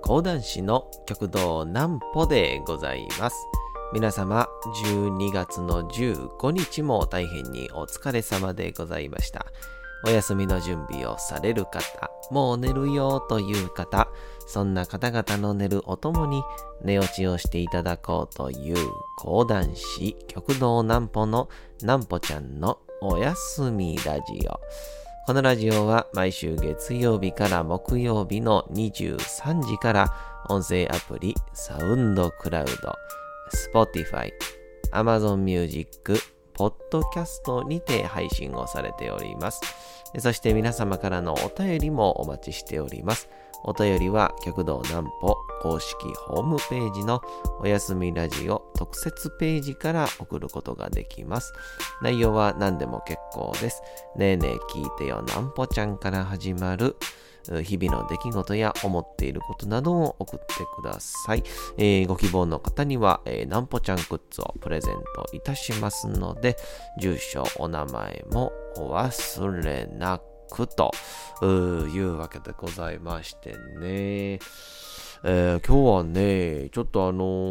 講談師の極道南歩でございます。皆様12月の15日も大変にお疲れ様でございました。お休みの準備をされる方、もう寝るよという方、そんな方々の寝るおともに寝落ちをしていただこうという講談師極道南歩の南歩ちゃんのおやすみラジオ。このラジオは毎週月曜日から木曜日の23時から音声アプリサウンドクラウド、Spotify、Amazon Music、ポッドキャストにて配信をされております。そして皆様からのお便りもお待ちしております。お便りは極道南歩公式ホームページのおやすみラジオ特設ページから送ることができます。内容は何でも結構です。ねえねえ聞いてよ南歩ちゃんから始まる日々の出来事や思っていることなどを送ってください。ご希望の方には、南歩ちゃんグッズをプレゼントいたしますので、住所お名前もお忘れなくというわけでございましてね、今日はねちょっと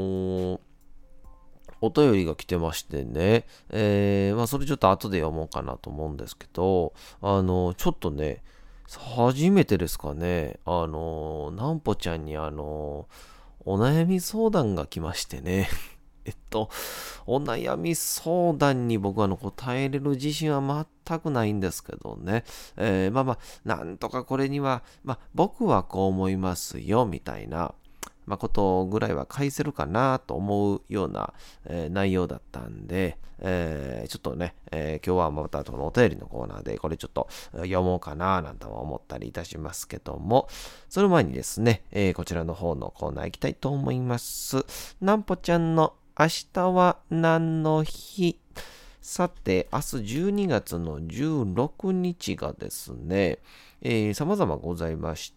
お便りが来てましてね、それちょっと後で読もうかなと思うんですけど、ちょっとね初めてですかね、南歩ちゃんにお悩み相談が来ましてねお悩み相談に僕は答えれる自信は全くないんですけどね、なんとかこれには、僕はこう思いますよみたいな、ことぐらいは返せるかなと思うような、内容だったんで、ちょっとね、今日はまたそのお便りのコーナーでこれちょっと読もうかななんて思ったりいたしますけども、その前にですね、こちらの方のコーナー行きたいと思います。南歩ちゃんの明日は何の日？さて、明日12月の16日がですね、様々ございまして、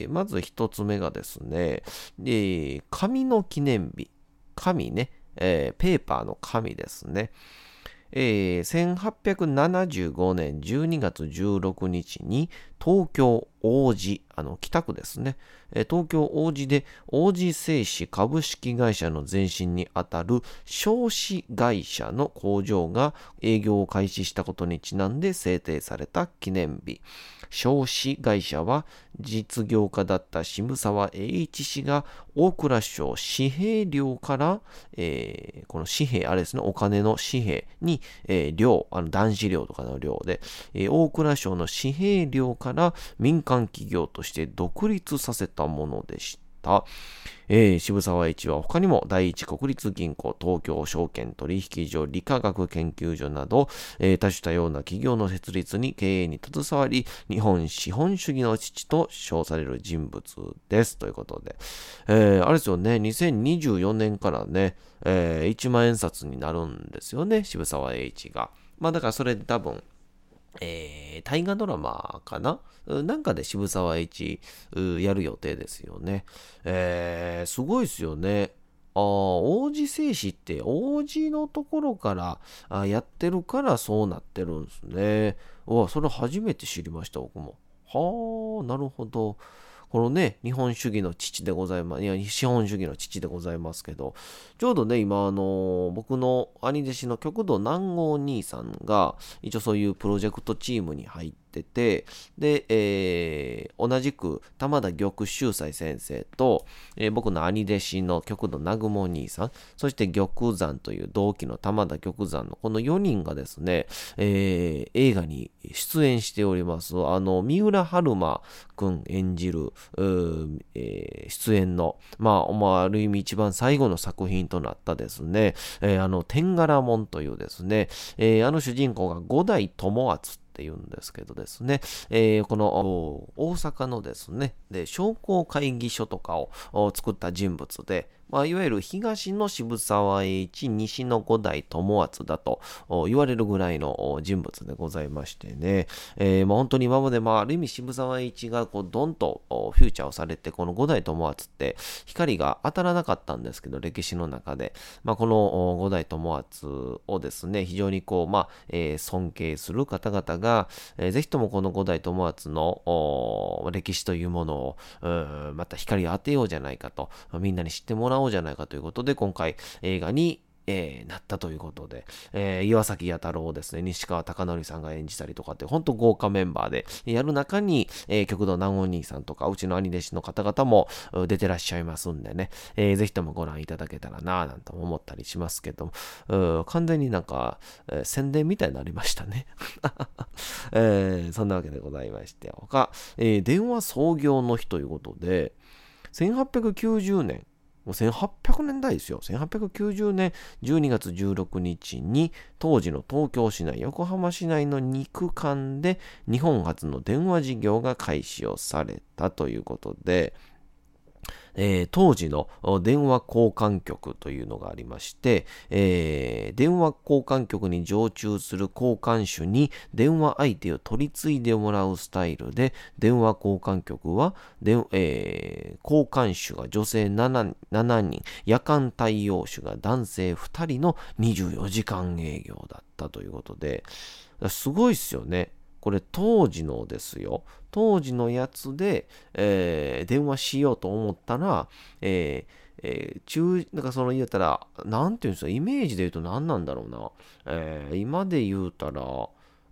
まず一つ目がですね、紙の記念日。紙ね、ペーパーの紙ですね。1875年12月16日に東京王子、北区ですね、東京王子で王子製紙株式会社の前身にあたる商紙会社の工場が営業を開始したことにちなんで制定された記念日。商紙会社は実業家だった渋沢栄一氏が大蔵省紙幣寮から、この紙幣、あれですね、お金の紙幣に、寮、男子寮とかの寮で、大蔵省の紙幣寮から民間企業として独立させたものでした。渋沢栄一は他にも第一国立銀行、東京証券取引所、理化学研究所など、多種多様な企業の設立に経営に携わり、日本資本主義の父と称される人物ですということで、あれですよね、2024年からね、1万円札になるんですよね、渋沢栄一が。だからそれ多分大河ドラマかななんかで渋沢栄一やる予定ですよね。すごいですよね。王子製紙って王子のところからやってるからそうなってるんですね。それ初めて知りました、僕も。はあ、なるほど。このね、日本主義の父でございます。いや、資本主義の父でございますけど、ちょうどね、今、僕の兄弟子の極道南郷兄さんが、一応そういうプロジェクトチームに入ってて、で、同じく玉田玉秀斎先生と、僕の兄弟子の極道南雲兄さん、そして玉山という同期の玉田玉山のこの4人がですね、映画に出演しております。三浦春馬くん演じる、出演の、ある意味一番最後の作品となったですね、天柄門というですね、主人公が五代友厚っていうんですけどですね、この大阪のですね、商工会議所とかを作った人物で、 いわゆる東の渋沢栄一、西の五代友厚だと言われるぐらいの人物でございましてね、本当に今まで、ある意味渋沢栄一がドンとフューチャーをされて、この五代友厚って光が当たらなかったんですけど、歴史の中で、この五代友厚をですね、非常に尊敬する方々が、ぜひともこの五代友厚の歴史というものを、また光を当てようじゃないかと、みんなに知ってもらおうじゃないかということで、今回映画になったということで、岩崎弥太郎をですね、西川貴教さんが演じたりとかって、ほんと豪華メンバーでやる中に、極道南音兄さんとか、うちの兄弟子の方々も出てらっしゃいますんでね、ぜひともご覧いただけたらなぁなんて思ったりしますけども、完全に宣伝みたいになりましたね。そんなわけでございまして、電話創業の日ということで、1890年、もう1800年代ですよ。1890年12月16日に当時の東京市内、横浜市内の2区間で日本初の電話事業が開始をされたということで、当時の電話交換局というのがありまして、電話交換局に常駐する交換手に電話相手を取り継いでもらうスタイルで、電話交換局は、交換手が女性7人、夜間対応手が男性2人の24時間営業だったということで、すごいっすよね。これ当時のですよ。当時のやつで、電話しようと思ったら、言うたら、なんていうんですか、イメージで言うと何なんだろうな。今で言うたら、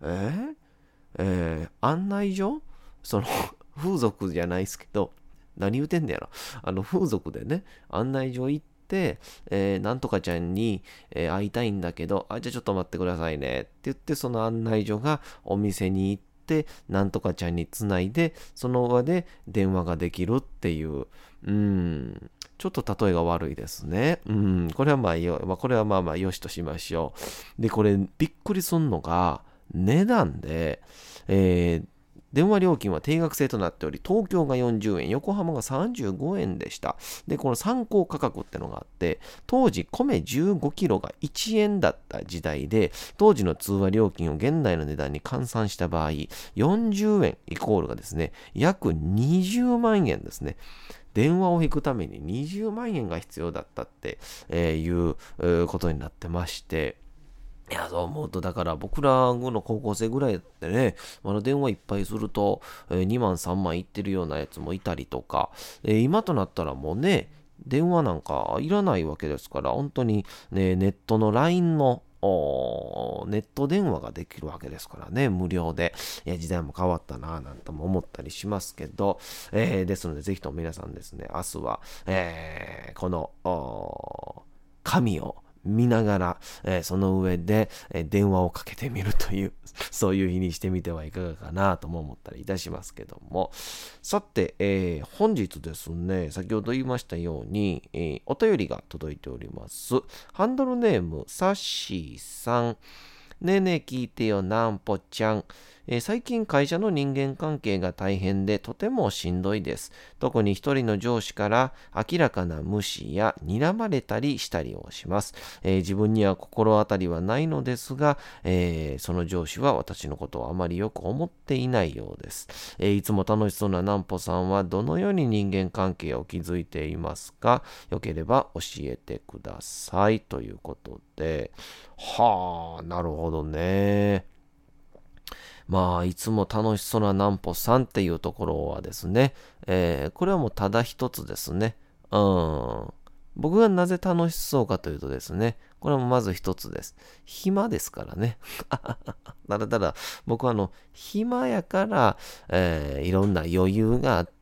案内所風俗じゃないですけど、何言うてんねやろ。風俗でね、案内所行って、なんとかちゃんに、会いたいんだけど、じゃあちょっと待ってくださいねって言って、その案内所がお店に行って、なんとかちゃんにつないで、その場で電話ができるっていう、ちょっと例えが悪いですね。これはこれはまあよしとしましょう。で、これびっくりすんのが、値段で、電話料金は定額制となっており、東京が40円、横浜が35円でした。で、この参考価格ってのがあって、当時米15キロが1円だった時代で、当時の通話料金を現代の値段に換算した場合、40円イコールがですね、約20万円ですね。電話を引くために20万円が必要だったっていうことになってまして、いや、そう思うと、だから僕らの高校生ぐらいでね、電話いっぱいすると、2万3万いってるようなやつもいたりとか、今となったらもうね、電話なんかいらないわけですから、本当に、ね、ネットの LINE のネット電話ができるわけですからね、無料で。いや、時代も変わったなぁなんても思ったりしますけど、ですので、ぜひとも皆さんですね、明日は、この、紙を見ながら、その上で、電話をかけてみるという、そういう日にしてみてはいかがかなとも思ったりいたしますけども。さて、本日ですね、先ほど言いましたように、お便りが届いております。ハンドルネーム、サッシーさん。ねえねえ聞いてよ、なんぽちゃん。最近会社の人間関係が大変でとてもしんどいです。特に一人の上司から明らかな無視や睨まれたりしたりをします。自分には心当たりはないのですが、その上司は私のことをあまりよく思っていないようです。いつも楽しそうななんぽさんはどのように人間関係を築いていますか？よければ教えてください。ということで。はあ、なるほどね。いつも楽しそうななんぽさんっていうところはですね、これはもうただ一つですね。僕がなぜ楽しそうかというとですね、これもまず一つです。暇ですからね。ただ僕は暇やから、いろんな余裕があって、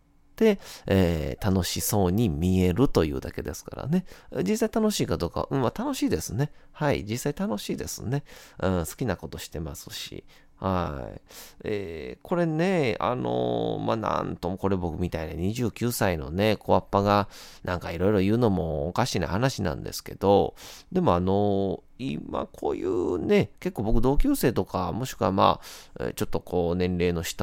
楽しそうに見えるというだけですからね。実際楽しいかどうか、楽しいですね。はい、実際楽しいですね。好きなことしてますし。はい。これね、なんともこれ僕みたいな29歳のね、小っぱがなんかいろいろ言うのもおかしな話なんですけど、でも今こういうね、結構僕同級生とか、もしくはちょっとこう年齢の下の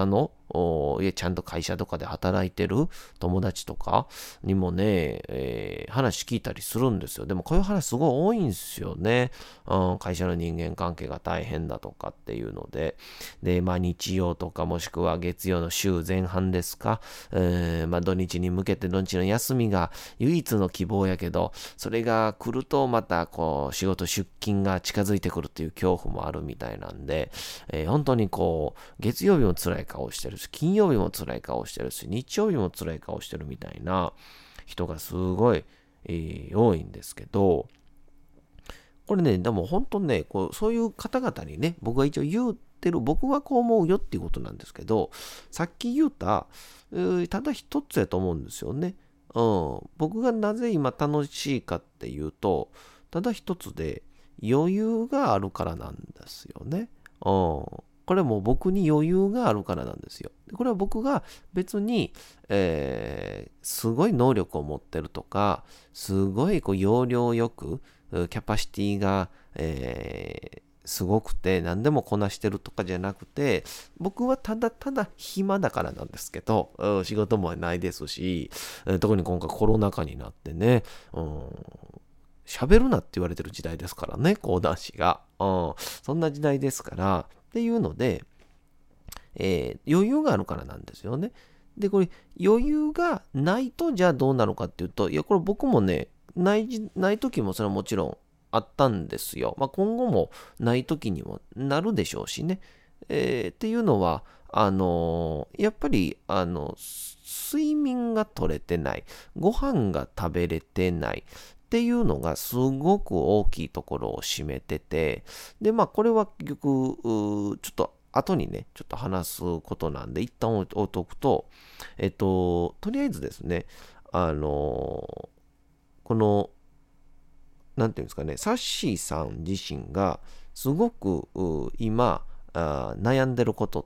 ちゃんと会社とかで働いてる友達とかにもね、話聞いたりするんですよ。でもこういう話すごい多いんですよね。会社の人間関係が大変だとかっていうので。で、日曜とかもしくは月曜の週前半ですか。土日に向けて土日の休みが唯一の希望やけど、それが来るとまた仕事出勤が近づいてくるっていう恐怖もあるみたいなんで、本当に月曜日も辛い顔してるし、金曜日も辛い顔してるし、日曜日も辛い顔してるみたいな人がすごい、多いんですけど、これね、でも本当ね、そういう方々にね、僕が一応言ってる、僕はこう思うよっていうことなんですけど、さっき言うた、ただ一つやと思うんですよね。僕がなぜ今楽しいかっていうと、ただ一つで余裕があるからなんですよね。これも僕に余裕があるからなんですよ。これは僕が別に、すごい能力を持ってるとか、すごい要領よく、キャパシティが、すごくて何でもこなしてるとかじゃなくて、僕はただただ暇だからなんですけど、仕事もないですし、特に今回コロナ禍になってね、喋るなって言われてる時代ですからね、講談師が。そんな時代ですから、っていうので、余裕があるからなんですよね。で、これ余裕がないとじゃあどうなのかっていうと、いや、これ僕もね、ない時もそれはもちろんあったんですよ。今後もない時にもなるでしょうしね。っていうのは、やっぱり、睡眠が取れてない、ご飯が食べれてないっていうのがすごく大きいところを占めてて、で、これは結局、ちょっと後にね、ちょっと話すことなんで、一旦置いとくと、とりあえずですね、なんていうんですかね、サッシーさん自身がすごく今悩んでることって、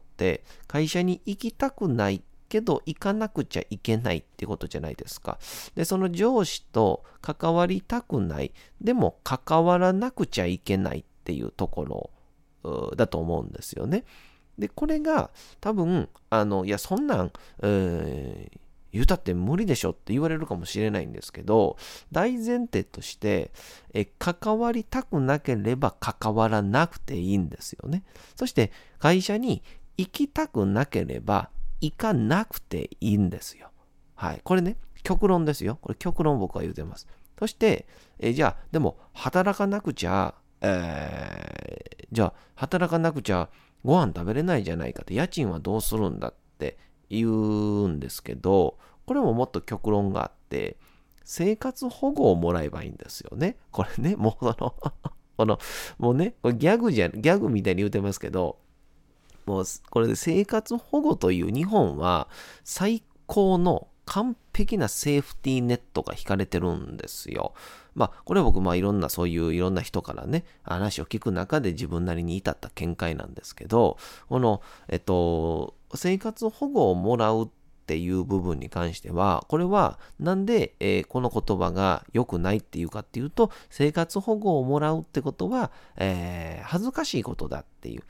会社に行きたくないけど行かなくちゃいけないってことじゃないですか。で、その上司と関わりたくない、でも関わらなくちゃいけないっていうところだと思うんですよね。で、これが多分、いや、そんなん、言うたって無理でしょって言われるかもしれないんですけど、大前提として、関わりたくなければ関わらなくていいんですよね。そして、会社に行きたくなければ行かなくていいんですよ。はい。これね、極論ですよ。これ極論僕は言うてます。そして、じゃあ、でも、働かなくちゃ、じゃあ、働かなくちゃご飯食べれないじゃないかって、家賃はどうするんだって言うんですけど、これももっと極論があって、生活保護をもらえばいいんですよね。これね、もうもうね、これギャグみたいに言うてますけど、もうこれで生活保護という日本は最高の完璧なセーフティーネットが引かれてるんですよ。これは僕、いろんなそういういろんな人からね、話を聞く中で自分なりに至った見解なんですけど、生活保護をもらうっていう部分に関しては、これはなんで、この言葉が良くないっていうかっていうと、生活保護をもらうってことは、恥ずかしいことだっていう、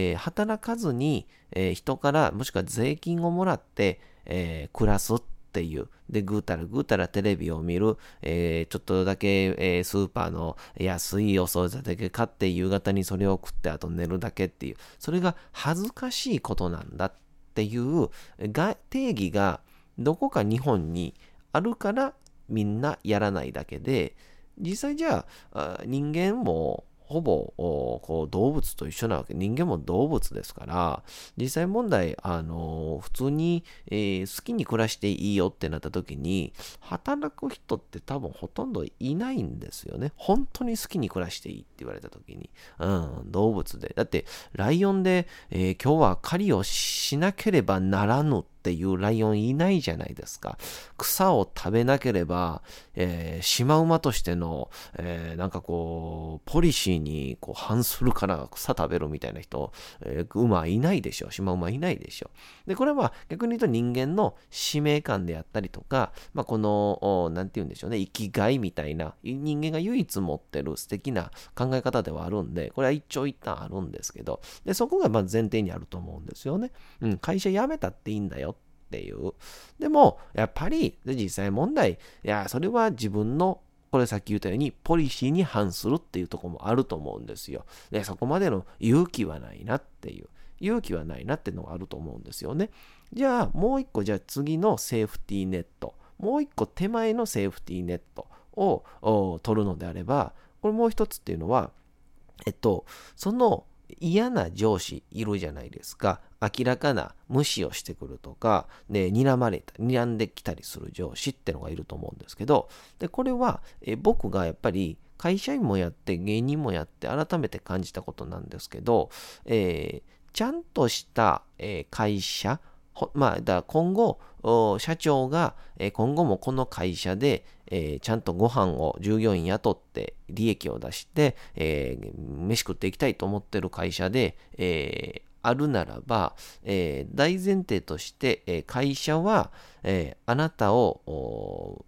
働かずに、人からもしくは税金をもらって、暮らすっていう。で、ぐうたらテレビを見る。ちょっとだけ、スーパーの安いお惣菜だけ買って夕方にそれを食ってあと寝るだけっていう。それが恥ずかしいことなんだっていう定義がどこか日本にあるからみんなやらないだけで、実際じゃあ人間もほぼ動物と一緒なわけ。人間も動物ですから、実際問題、普通に、好きに暮らしていいよってなった時に、働く人って多分ほとんどいないんですよね。本当に好きに暮らしていいって言われた時に。動物で。だって、ライオンで、今日は狩りをしなければならぬってっていうライオンいないじゃないですか。草を食べなければ、シマウマとしての、なんかこう、ポリシーにこう反するから草食べるみたいな人、馬いないでしょ。シマウマいないでしょ。で、これは逆に言うと人間の使命感であったりとか、この、なんて言うんでしょうね、生きがいみたいな、人間が唯一持ってる素敵な考え方ではあるんで、これは一長一短あるんですけど、で、そこが前提にあると思うんですよね。会社辞めたっていいんだよっていう。でも、やっぱり、実際問題、いや、それは自分の、これさっき言ったように、ポリシーに反するっていうところもあると思うんですよ。で、そこまでの勇気はないなっていう。勇気はないなっていうのがあると思うんですよね。じゃあ、もう一個、じゃあ次のセーフティーネット。もう一個手前のセーフティーネットを取るのであれば、これもう一つっていうのは、その嫌な上司いるじゃないですか。明らかな無視をしてくるとか、で、睨んできたりする上司ってのがいると思うんですけど、で、これは、僕がやっぱり会社員もやって芸人もやって改めて感じたことなんですけど、ちゃんとした、会社、だから今後、社長が、今後もこの会社で、ちゃんとご飯を従業員雇って利益を出して、飯食っていきたいと思ってる会社で、あるならば、大前提として、会社は、あなたを、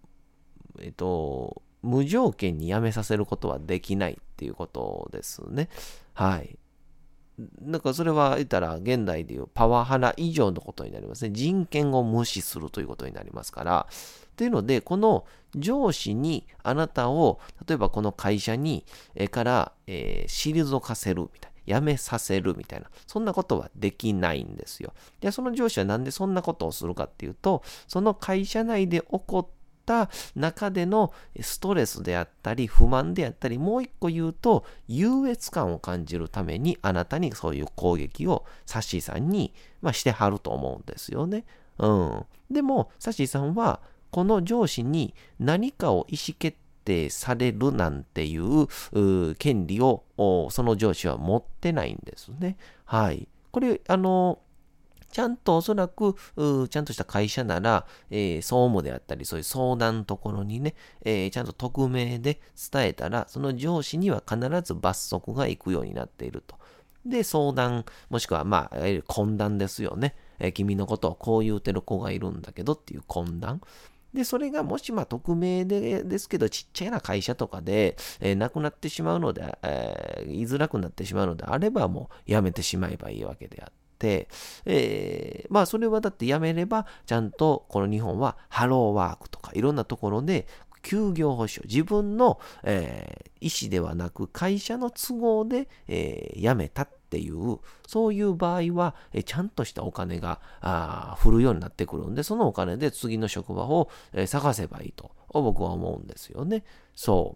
無条件に辞めさせることはできないっていうことですね。はい。なんかそれは言ったら現代でいうパワハラ以上のことになりますね。人権を無視するということになりますから。というので、この上司にあなたを、例えばこの会社に、退かせるみたいな。辞めさせるみたいな。そんなことはできないんですよ。で、その上司はなんでそんなことをするかっていうと、その会社内で起こった中でのストレスであったり不満であったり、もう一個言うと優越感を感じるためにあなたにそういう攻撃をサッシーさんに、してはると思うんですよね。でもサッシーさんはこの上司に何かを意思決定されるなんていう権利をその上司は持ってないんですね。はい。これちゃんとおそらく、ちゃんとした会社なら、総務であったり、そういう相談のところにね、ちゃんと匿名で伝えたら、その上司には必ず罰則が行くようになっていると。で、相談、もしくは、いわゆる懇談ですよね。君のことをこう言うてる子がいるんだけどっていう懇談。で、それがもし匿名ですけど、ちっちゃな会社とかで、なくなってしまうので、言いづらくなってしまうのであれば、もうやめてしまえばいいわけであって。それはだってやめれば、ちゃんとこの日本はハローワークとかいろんなところで休業保障、自分の、意思ではなく会社の都合で、辞めたっていう、そういう場合は、ちゃんとしたお金が振るようになってくるんで、そのお金で次の職場を、探せばいいと僕は思うんですよね。そう。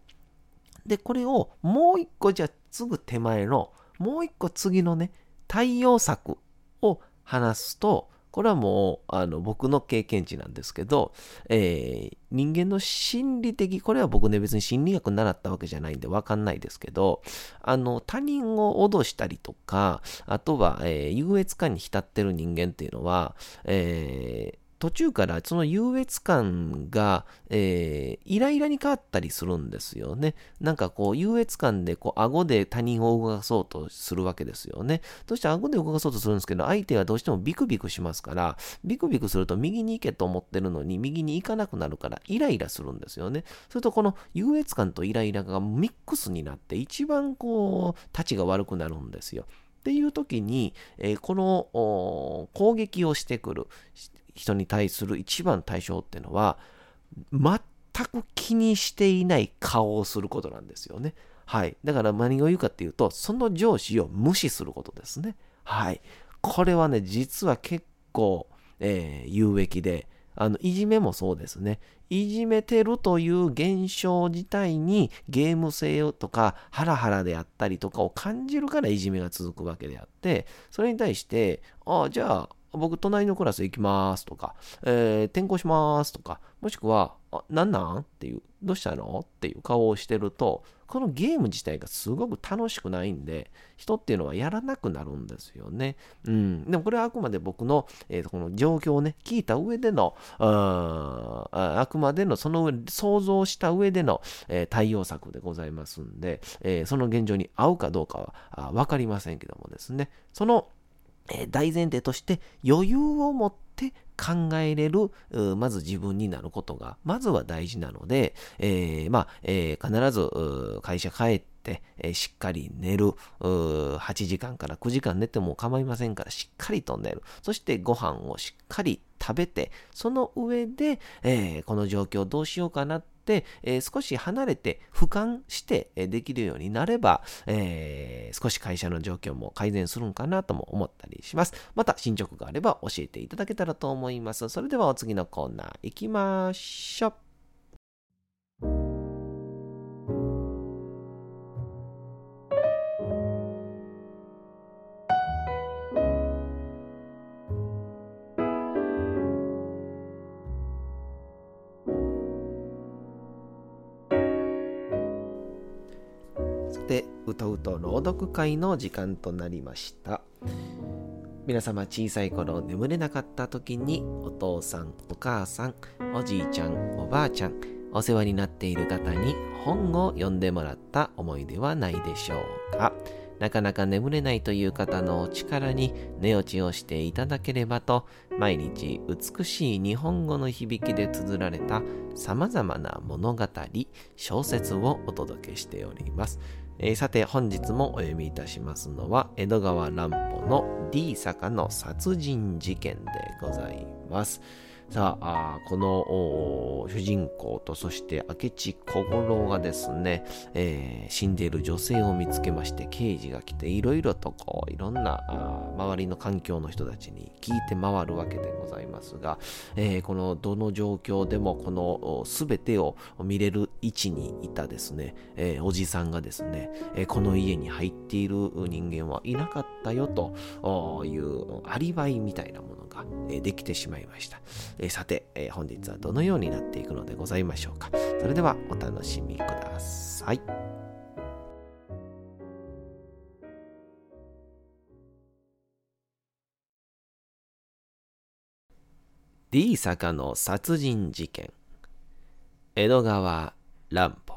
で、これをもう一個じゃあすぐ手前の、もう一個次のね、対応策を話すと、これはもう僕の経験値なんですけど、人間の心理的、これは僕ね別に心理学習ったわけじゃないんでわかんないですけど、他人を脅したりとか、あとは、優越感に浸ってる人間っていうのは、途中からその優越感が、イライラに変わったりするんですよね。なんかこう優越感で顎で他人を動かそうとするわけですよね。そして顎で動かそうとするんですけど、相手はどうしてもビクビクしますから、ビクビクすると右に行けと思ってるのに右に行かなくなるからイライラするんですよね。それとこの優越感とイライラがミックスになって一番立ちが悪くなるんですよ。っていう時に、この攻撃をしてくる人に対する一番対象っていうのは、全く気にしていない顔をすることなんですよね。はい。だから何を言うかっていうと、その上司を無視することですね。はい。これはね、実は結構、有益で、いじめもそうですね。いじめてるという現象自体にゲーム性とかハラハラであったりとかを感じるからいじめが続くわけであって、それに対して、じゃあ、 僕隣のクラス行きますとか、転校しますとか、もしくは、なんなんっていう、どうしたのっていう顔をしてると、このゲーム自体がすごく楽しくないんで、人っていうのはやらなくなるんですよね。でもこれはあくまで僕の、この状況をね、聞いた上での、あくまでのその上、想像した上での、対応策でございますんで、その現状に合うかどうかはわかりませんけどもですね、その大前提として余裕を持って考えれる、まず自分になることが、まずは大事なので、必ず会社帰って、しっかり寝る、8時間から9時間寝ても構いませんから、しっかりと寝る。そしてご飯をしっかり食べて、その上で、この状況どうしようかなって、少し離れて俯瞰してできるようになれば、少し会社の状況も改善するんかなとも思ったりします。また進捗があれば教えていただけたらと思います。それではお次のコーナー行きましょう。さて、うとうと朗読会の時間となりました。皆様小さい頃眠れなかった時にお父さん、お母さん、おじいちゃん、おばあちゃん、お世話になっている方に本を読んでもらった思いではないでしょうか。なかなか眠れないという方のお力に寝落ちをしていただければと、毎日美しい日本語の響きで綴られた様々な物語、小説をお届けしております。さて本日もお読みいたしますのは江戸川乱歩の D 坂の殺人事件でございます。さあ、この主人公とそして明智小五郎がですね、死んでいる女性を見つけまして刑事が来ていろいろといろんな周りの環境の人たちに聞いて回るわけでございますが、このどの状況でもこの全てを見れる位置にいたですね、おじさんがですね、この家に入っている人間はいなかったよというアリバイみたいなものができてしまいました。さて、本日はどのようになっていくのでございましょうか。それではお楽しみください。D 坂の殺人事件。江戸川乱歩。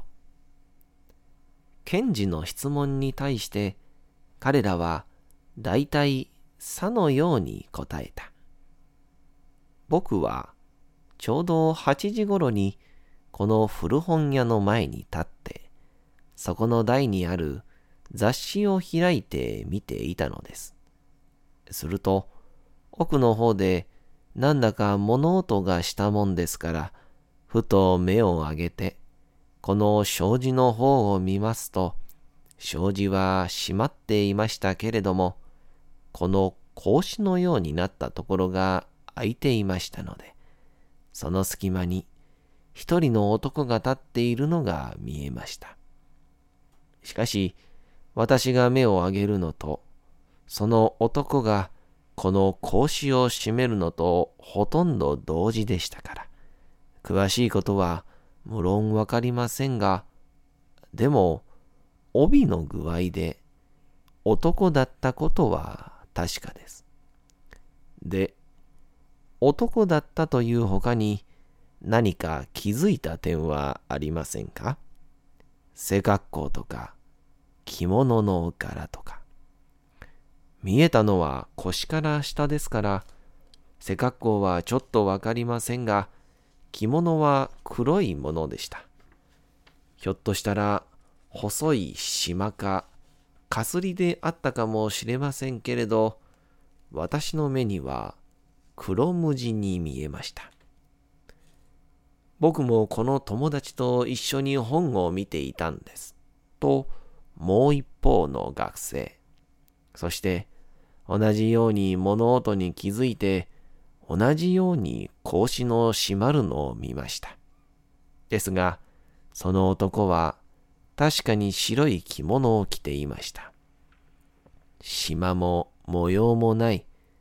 検事の質問に対して彼らは大体さのように答えた。僕はちょうど8時ごろにこの古本屋の前に立って、そこの台にある雑誌を開いて見ていたのです。すると奥の方でなんだか物音がしたもんですから、ふと目を上げてこの障子の方を見ますと、障子は閉まっていましたけれども、この格子のようになったところが開いていましたので、その隙間に一人の男が立っているのが見えました。しかし私が目を上げるのと、その男がこの格子を閉めるのとほとんど同時でしたから、詳しいことは無論わかりませんが、でも帯の具合で男だったことは確かです。で、男だったというほかに何か気づいた点はありませんか？背格好とか着物の柄とか。見えたのは腰から下ですから、背格好はちょっとわかりませんが、着物は黒いものでした。ひょっとしたら細い縞かかすりであったかもしれませんけれど、私の目には黒無地に見えました。僕もこの友達と一緒に本を見ていたんです。と、もう一方の学生。そして、同じように物音に気づいて、同じように格子の閉まるのを見ました。ですが、その男は確かに白い着物を着ていました。縞も模様もない、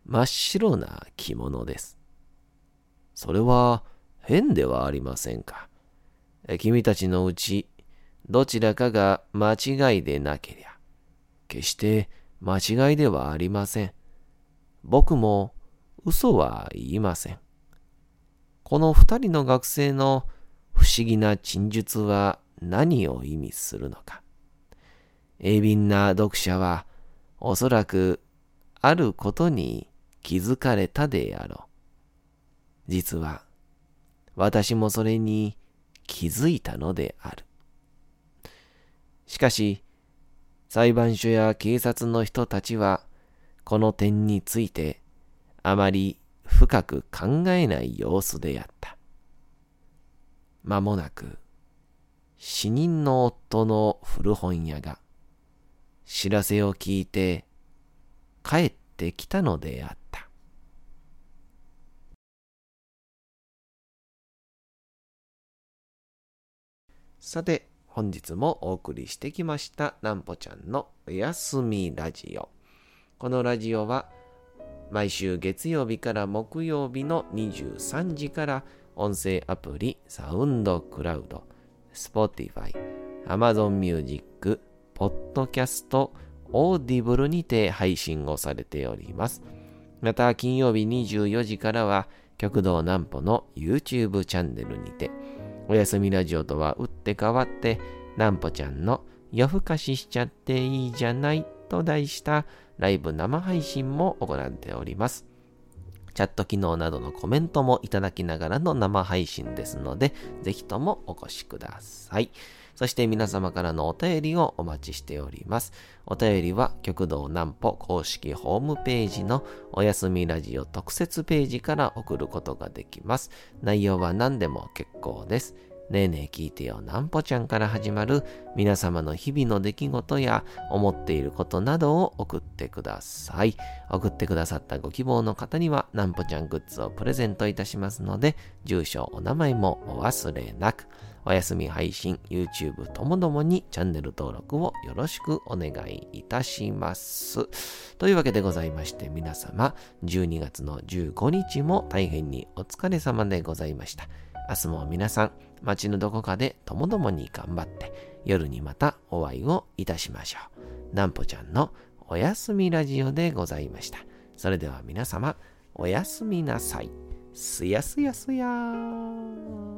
真っ白な着物です。それは変ではありませんか。君たちのうちどちらかが間違いでなけりゃ、決して間違いではありません。僕も嘘は言いません。この二人の学生の不思議な陳述は何を意味するのか。鋭敏な読者はおそらくあることに気づかれたであろう。実は私もそれに気づいたのである。しかし、裁判所や警察の人たちはこの点についてあまり深く考えない様子であった。間もなく死人の夫の古本屋が知らせを聞いて帰ってきたのであった。さて、本日もお送りしてきましたなんぽちゃんのおやすみラジオ。このラジオは毎週月曜日から木曜日の23時から音声アプリサウンドクラウド、Spotify、Amazon Music、Podcast、オーディブルにて配信をされております。また金曜日24時からは極道南歩の YouTube チャンネルにて、おやすみラジオとは打って変わって南歩ちゃんの夜更かししちゃっていいじゃないと題したライブ生配信も行っております。チャット機能などのコメントもいただきながらの生配信ですので、ぜひともお越しください。そして皆様からのお便りをお待ちしております。お便りは極道南歩公式ホームページのおやすみラジオ特設ページから送ることができます。内容は何でも結構です。ねえねえ聞いてよなんぽちゃんから始まる皆様の日々の出来事や思っていることなどを送ってください。送ってくださったご希望の方にはなんぽちゃんグッズをプレゼントいたしますので、住所お名前もお忘れなく。おやすみ配信 YouTube ともどもにチャンネル登録をよろしくお願いいたします。というわけでございまして、皆様12月の15日も大変にお疲れ様でございました。明日も皆さん街のどこかでともどもに頑張って夜にまたお会いをいたしましょう。なんぽちゃんのおやすみラジオでございました。それでは皆様おやすみなさい。すやすやすやー。